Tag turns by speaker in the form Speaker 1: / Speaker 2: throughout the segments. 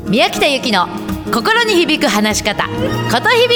Speaker 1: 宮北由紀の心に響く話し方、ことひび。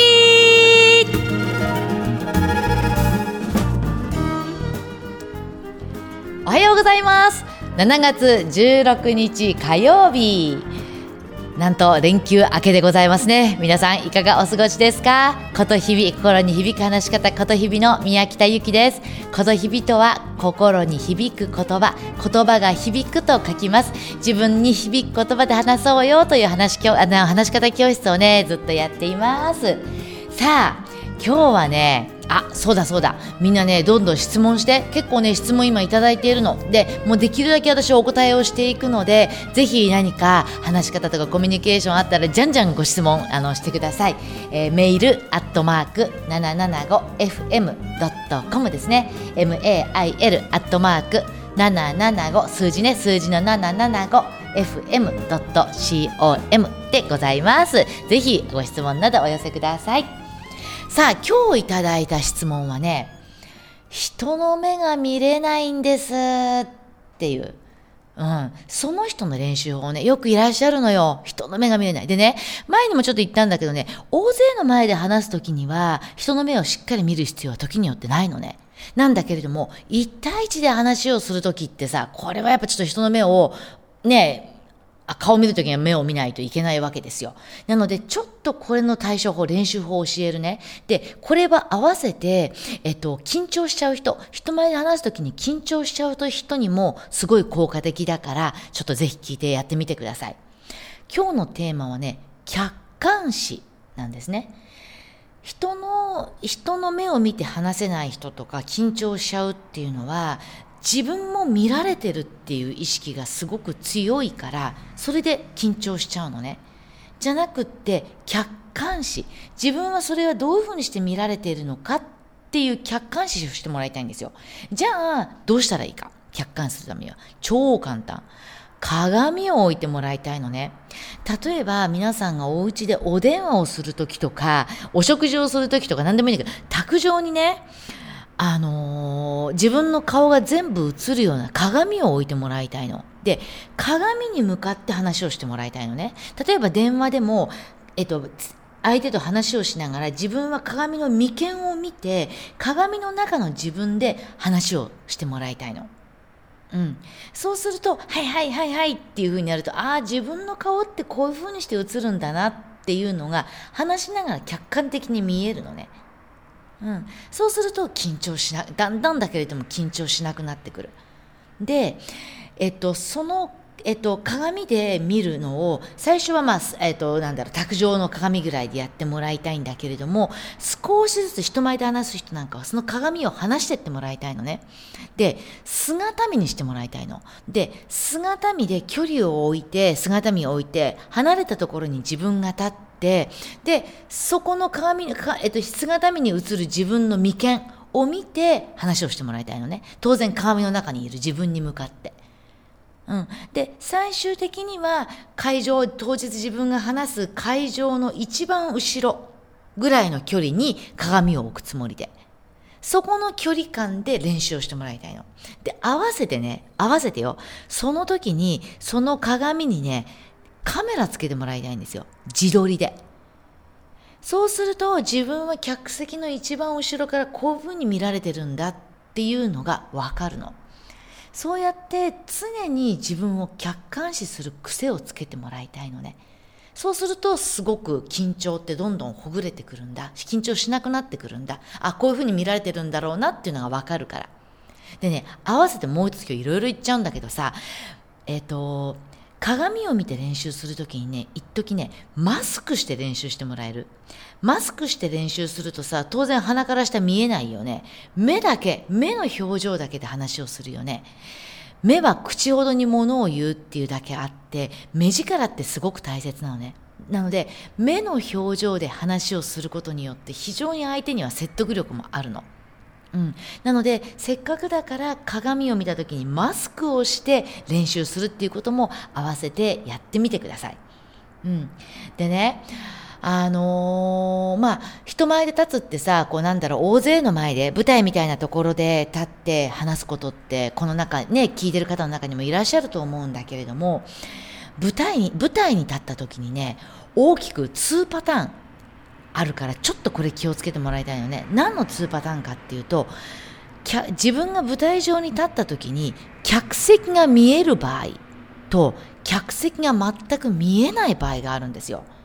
Speaker 1: おはようございます。7月16日火曜日、なんと連休明けでございますね。皆さんいかがお過ごしですか？ことひび、心に響く話し方、ことひびの宮北由紀です。ことひびとは心に響く言葉、言葉が響くと書きます。自分に響く言葉で話そうよという話し方教室をね、ずっとやっています。さあ今日はね、そうだ、みんなねどんどん質問して、結構ね質問今いただいているので、もうできるだけ私はお答えをしていくので、ぜひ何か話し方とかコミュニケーションあったらじゃんじゃんご質問してください。メール@775fm.com ですね。mail @775 数字の775 fm.com でございます。ぜひご質問などお寄せください。さあ今日いただいた質問はね、人の目が見れないんですっていう、その人の練習法ね、よくいらっしゃるのよ。人の目が見れないでね、前にもちょっと言ったんだけどね、大勢の前で話すときには人の目をしっかり見る必要は時によってないのね。なんだけれども1対1で話をするときってさ、これはやっぱちょっと人の目をね、顔を見るときには目を見ないといけないわけですよ。なのでちょっとこれの対処法、練習法を教えるね。でこれは合わせて、緊張しちゃう人前で話すときに緊張しちゃう人にもすごい効果的だから、ちょっとぜひ聞いてやってみてください。今日のテーマはね、客観視なんですね。人の目を見て話せない人とか緊張しちゃうっていうのは、自分も見られてるっていう意識がすごく強いから、それで緊張しちゃうのね。じゃなくって客観視、自分はそれはどういうふうにして見られているのかっていう客観視をしてもらいたいんですよ。じゃあどうしたらいいか。客観視するためには超簡単。鏡を置いてもらいたいのね。例えば皆さんがお家でお電話をするときとか、お食事をするときとか、何でもいいんだけど、卓上にね、自分の顔が全部映るような鏡を置いてもらいたいので、鏡に向かって話をしてもらいたいのね。例えば電話でも、相手と話をしながら自分は鏡の眉間を見て、鏡の中の自分で話をしてもらいたいの。そうするとはいっていう風になると、自分の顔ってこういう風にして映るんだなっていうのが話しながら客観的に見えるのね。そうするとだんだんだけれども緊張しなくなってくる。で、その鏡で見るのを最初は卓上の鏡ぐらいでやってもらいたいんだけれども、少しずつ人前で話す人なんかはその鏡を離してってもらいたいのね。で姿見にしてもらいたいので、姿見で距離を置いて、姿見を置いて離れたところに自分が立って、でそこの姿見に映る自分の眉間を見て話をしてもらいたいのね。当然鏡の中にいる自分に向かって、で最終的には当日自分が話す会場の一番後ろぐらいの距離に鏡を置くつもりで、そこの距離感で練習をしてもらいたいので、合わせてよ、その時にその鏡にねカメラつけてもらいたいんですよ、自撮りで。そうすると自分は客席の一番後ろからこういう風に見られてるんだっていうのが分かるの。そうやって常に自分を客観視する癖をつけてもらいたいのね。そうするとすごく緊張ってどんどんほぐれてくるんだ、緊張しなくなってくるんだ、こういう風に見られてるんだろうなっていうのが分かるから。でね、合わせてもう一つ今日いろいろ言っちゃうんだけどさ、鏡を見て練習するときにね、一時ねマスクして練習してもらえる。マスクして練習するとさ、当然鼻から下見えないよね。目の表情だけで話をするよね。目は口ほどに物を言うっていうだけあって、目力ってすごく大切なのね。なので目の表情で話をすることによって非常に相手には説得力もあるの。なのでせっかくだから鏡を見た時にマスクをして練習するっていうことも合わせてやってみてください。でね、人前で立つってさ、大勢の前で舞台みたいなところで立って話すことって、この中ね聞いてる方の中にもいらっしゃると思うんだけれども、 舞台に立った時にね、大きく2パターンあるから、ちょっとこれ気をつけてもらいたいのね。何の2パターンかっていうと、自分が舞台上に立った時に客席が見える場合と客席が全く見えない場合があるんですよ。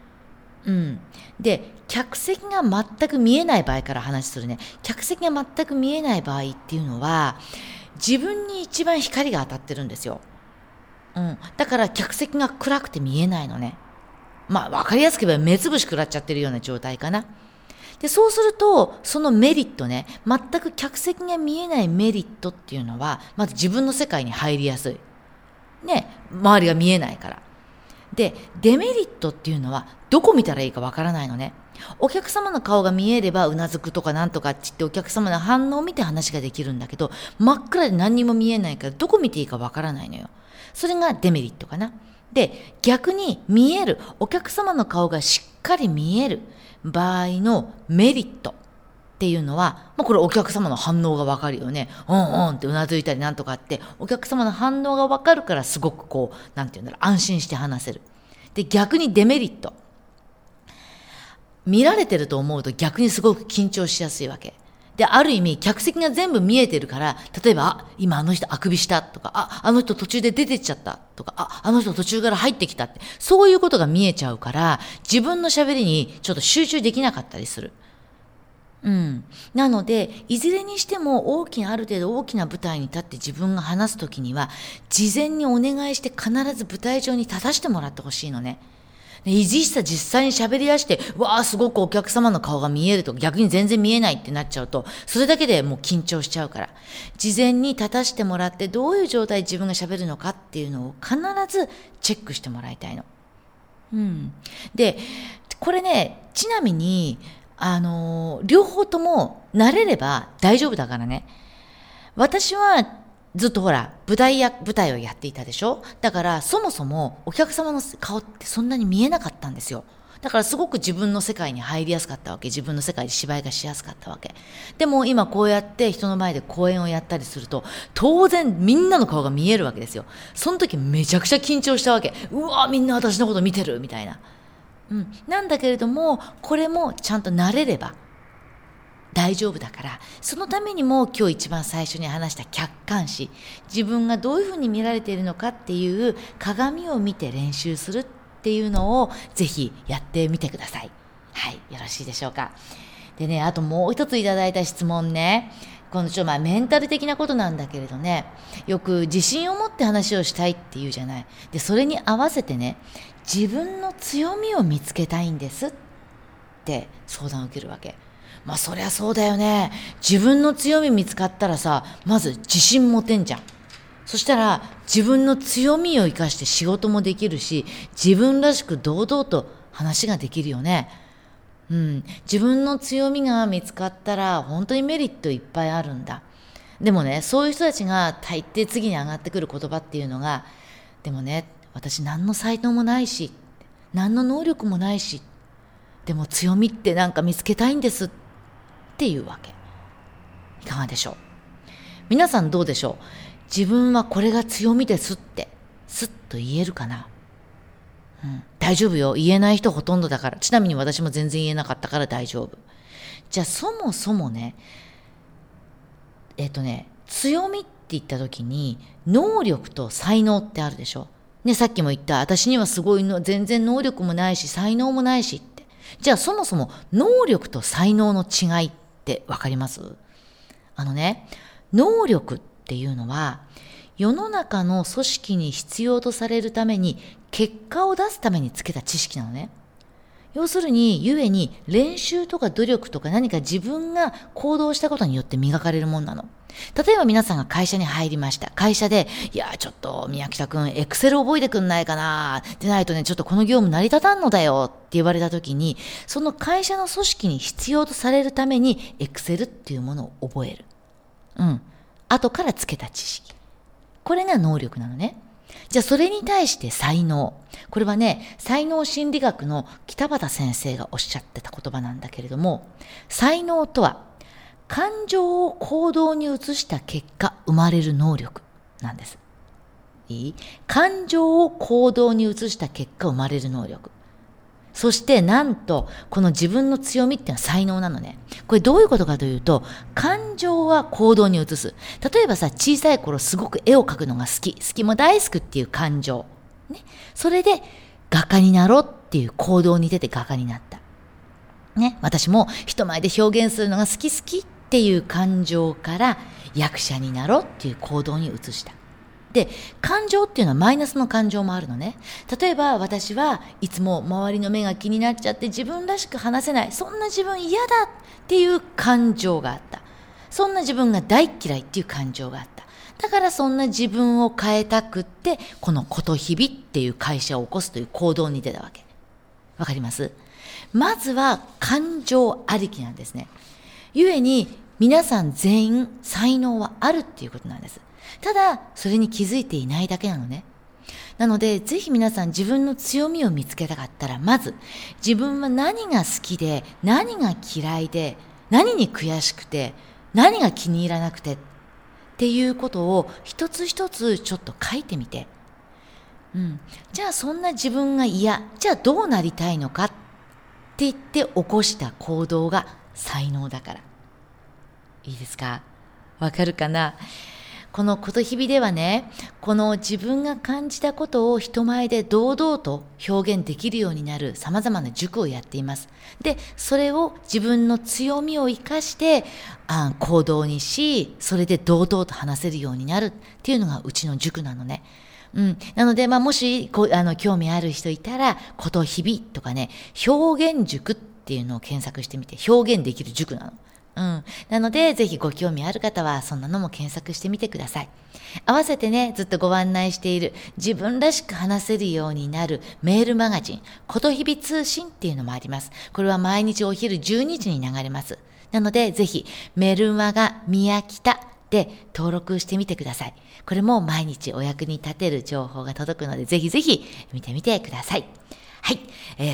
Speaker 1: で、客席が全く見えない場合から話するね。客席が全く見えない場合っていうのは、自分に一番光が当たってるんですよ。だから客席が暗くて見えないのね。わかりやすく言えば目つぶし食らっちゃってるような状態かな。で、そうすると、そのメリットね、全く客席が見えないメリットっていうのは、まず自分の世界に入りやすい。ね、周りが見えないから。で、デメリットっていうのは、どこ見たらいいかわからないのね。お客様の顔が見えればうなずくとかなんとかって言ってお客様の反応を見て話ができるんだけど、真っ暗で何にも見えないからどこ見ていいかわからないのよ。それがデメリットかな。で、逆に見える、お客様の顔がしっかり見える場合のメリットっていうのは、これお客様の反応がわかるよね。ってうなずいたりなんとかって、お客様の反応がわかるからすごく安心して話せる。で、逆にデメリット。見られてると思うと逆にすごく緊張しやすいわけ。で、ある意味、客席が全部見えてるから、例えば、今あの人あくびしたとか、あの人途中で出てっちゃったとか、あの人途中から入ってきたって、そういうことが見えちゃうから、自分の喋りにちょっと集中できなかったりする。なので、いずれにしてもある程度大きな舞台に立って自分が話すときには、事前にお願いして必ず舞台上に立たせてもらってほしいのね。実際に喋り出して、すごくお客様の顔が見えるとか、逆に全然見えないってなっちゃうと、それだけでもう緊張しちゃうから、事前に立たせてもらって、どういう状態で自分が喋るのかっていうのを必ずチェックしてもらいたいの。で、これね、ちなみに、両方とも慣れれば大丈夫だからね。私はずっと舞台をやっていたでしょ。だからそもそもお客様の顔ってそんなに見えなかったんですよ。だからすごく自分の世界に入りやすかったわけ。自分の世界で芝居がしやすかったわけ。でも今こうやって人の前で公演をやったりすると、当然みんなの顔が見えるわけですよ。その時めちゃくちゃ緊張したわけ。みんな私のこと見てるみたいな。なんだけれども、これもちゃんと慣れれば大丈夫だから、そのためにも今日一番最初に話した客観視、自分がどういうふうに見られているのかっていう鏡を見て練習するっていうのをぜひやってみてください。はい、よろしいでしょうか。でね、あともう一ついただいた質問ね、このメンタル的なことなんだけれどね、よく自信を持って話をしたいって言うじゃない。で、それに合わせてね、自分の強みを見つけたいんですって相談を受けるわけ。そりゃそうだよね。自分の強み見つかったらさ、まず自信持てんじゃん。そしたら自分の強みを生かして仕事もできるし、自分らしく堂々と話ができるよね。自分の強みが見つかったら本当にメリットいっぱいあるんだ。でもね、そういう人たちが大抵次に上がってくる言葉っていうのが、でもね、私何の才能もないし、何の能力もないし、でも強みって見つけたいんですっていうわけ。いかがでしょう。皆さんどうでしょう。自分はこれが強みですってスッと言えるかな。大丈夫よ。言えない人ほとんどだから。ちなみに私も全然言えなかったから大丈夫。じゃあそもそもね、強みって言った時に能力と才能ってあるでしょ。ね、さっきも言った私にはすごいの全然能力もないし才能もないしって。じゃあそもそも能力と才能の違いってわかります？能力っていうのは世の中の組織に必要とされるために結果を出すためにつけた知識なのね。要するに、ゆえに練習とか努力とか何か自分が行動したことによって磨かれるもんなの。例えば皆さんが会社に入りました。会社で、ちょっと宮北くん、エクセル覚えてくんないかな。でないとね、ちょっとこの業務成り立たんのだよって言われたときに、その会社の組織に必要とされるために、エクセルっていうものを覚える。後からつけた知識。これが能力なのね。じゃあそれに対して才能。これはね、才能心理学の北畑先生がおっしゃってた言葉なんだけれども、才能とは感情を行動に移した結果生まれる能力なんです。 感情を行動に移した結果生まれる能力。そしてなんとこの自分の強みっていうのは才能なのね。これどういうことかというと、感情は行動に移す。例えばさ、小さい頃すごく絵を描くのが好きも大好きっていう感情、ね、それで画家になろうっていう行動に出て画家になった、ね、私も人前で表現するのが好きっていう感情から役者になろうっていう行動に移した。で、感情っていうのはマイナスの感情もあるのね。例えば私はいつも周りの目が気になっちゃって自分らしく話せない、そんな自分嫌だっていう感情があった。そんな自分が大嫌いっていう感情があった。だからそんな自分を変えたくってこのことひびっていう会社を起こすという行動に出たわけ。わかります？まずは感情ありきなんですね。ゆえに皆さん全員才能はあるっていうことなんです。ただそれに気づいていないだけなのね。なのでぜひ皆さん自分の強みを見つけたかったら、まず自分は何が好きで何が嫌いで何に悔しくて何が気に入らなくてっていうことを一つ一つちょっと書いてみて、じゃあそんな自分が嫌、じゃあどうなりたいのかって言って起こした行動が才能だから。いいですか？わかるかな？このことひびではね、この自分が感じたことを人前で堂々と表現できるようになる様々な塾をやっています。で、それを自分の強みを生かして行動にし、それで堂々と話せるようになるっていうのがうちの塾なのね。なので、もし興味ある人いたら、ことひびとかね、表現塾っていうのを検索してみて、表現できる塾なの。なのでぜひご興味ある方はそんなのも検索してみてください。合わせてね、ずっとご案内している自分らしく話せるようになるメールマガジンことひび通信っていうのもあります。これは毎日お昼12時に流れます。なのでぜひメルマガ宮北で登録してみてください。これも毎日お役に立てる情報が届くのでぜひぜひ見てみてください。はい、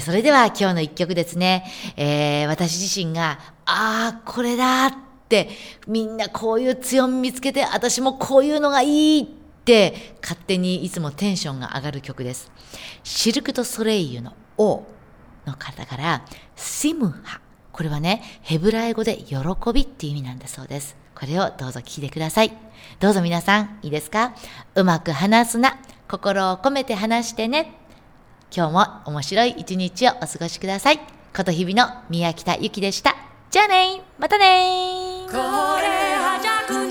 Speaker 1: それでは今日の一曲ですね、私自身がこれだってみんなこういう強み見つけて私もこういうのがいいって勝手にいつもテンションが上がる曲です。シルク・ドゥ・ソレイユの王の方からシムハ、これはねヘブライ語で喜びっていう意味なんだそうです。これをどうぞ聞いてください。どうぞ皆さんいいですか？うまく話すな、心を込めて話してね。今日も面白い一日をお過ごしください。ことひびの宮北ゆきでした。じゃあね、またね。これはじゃく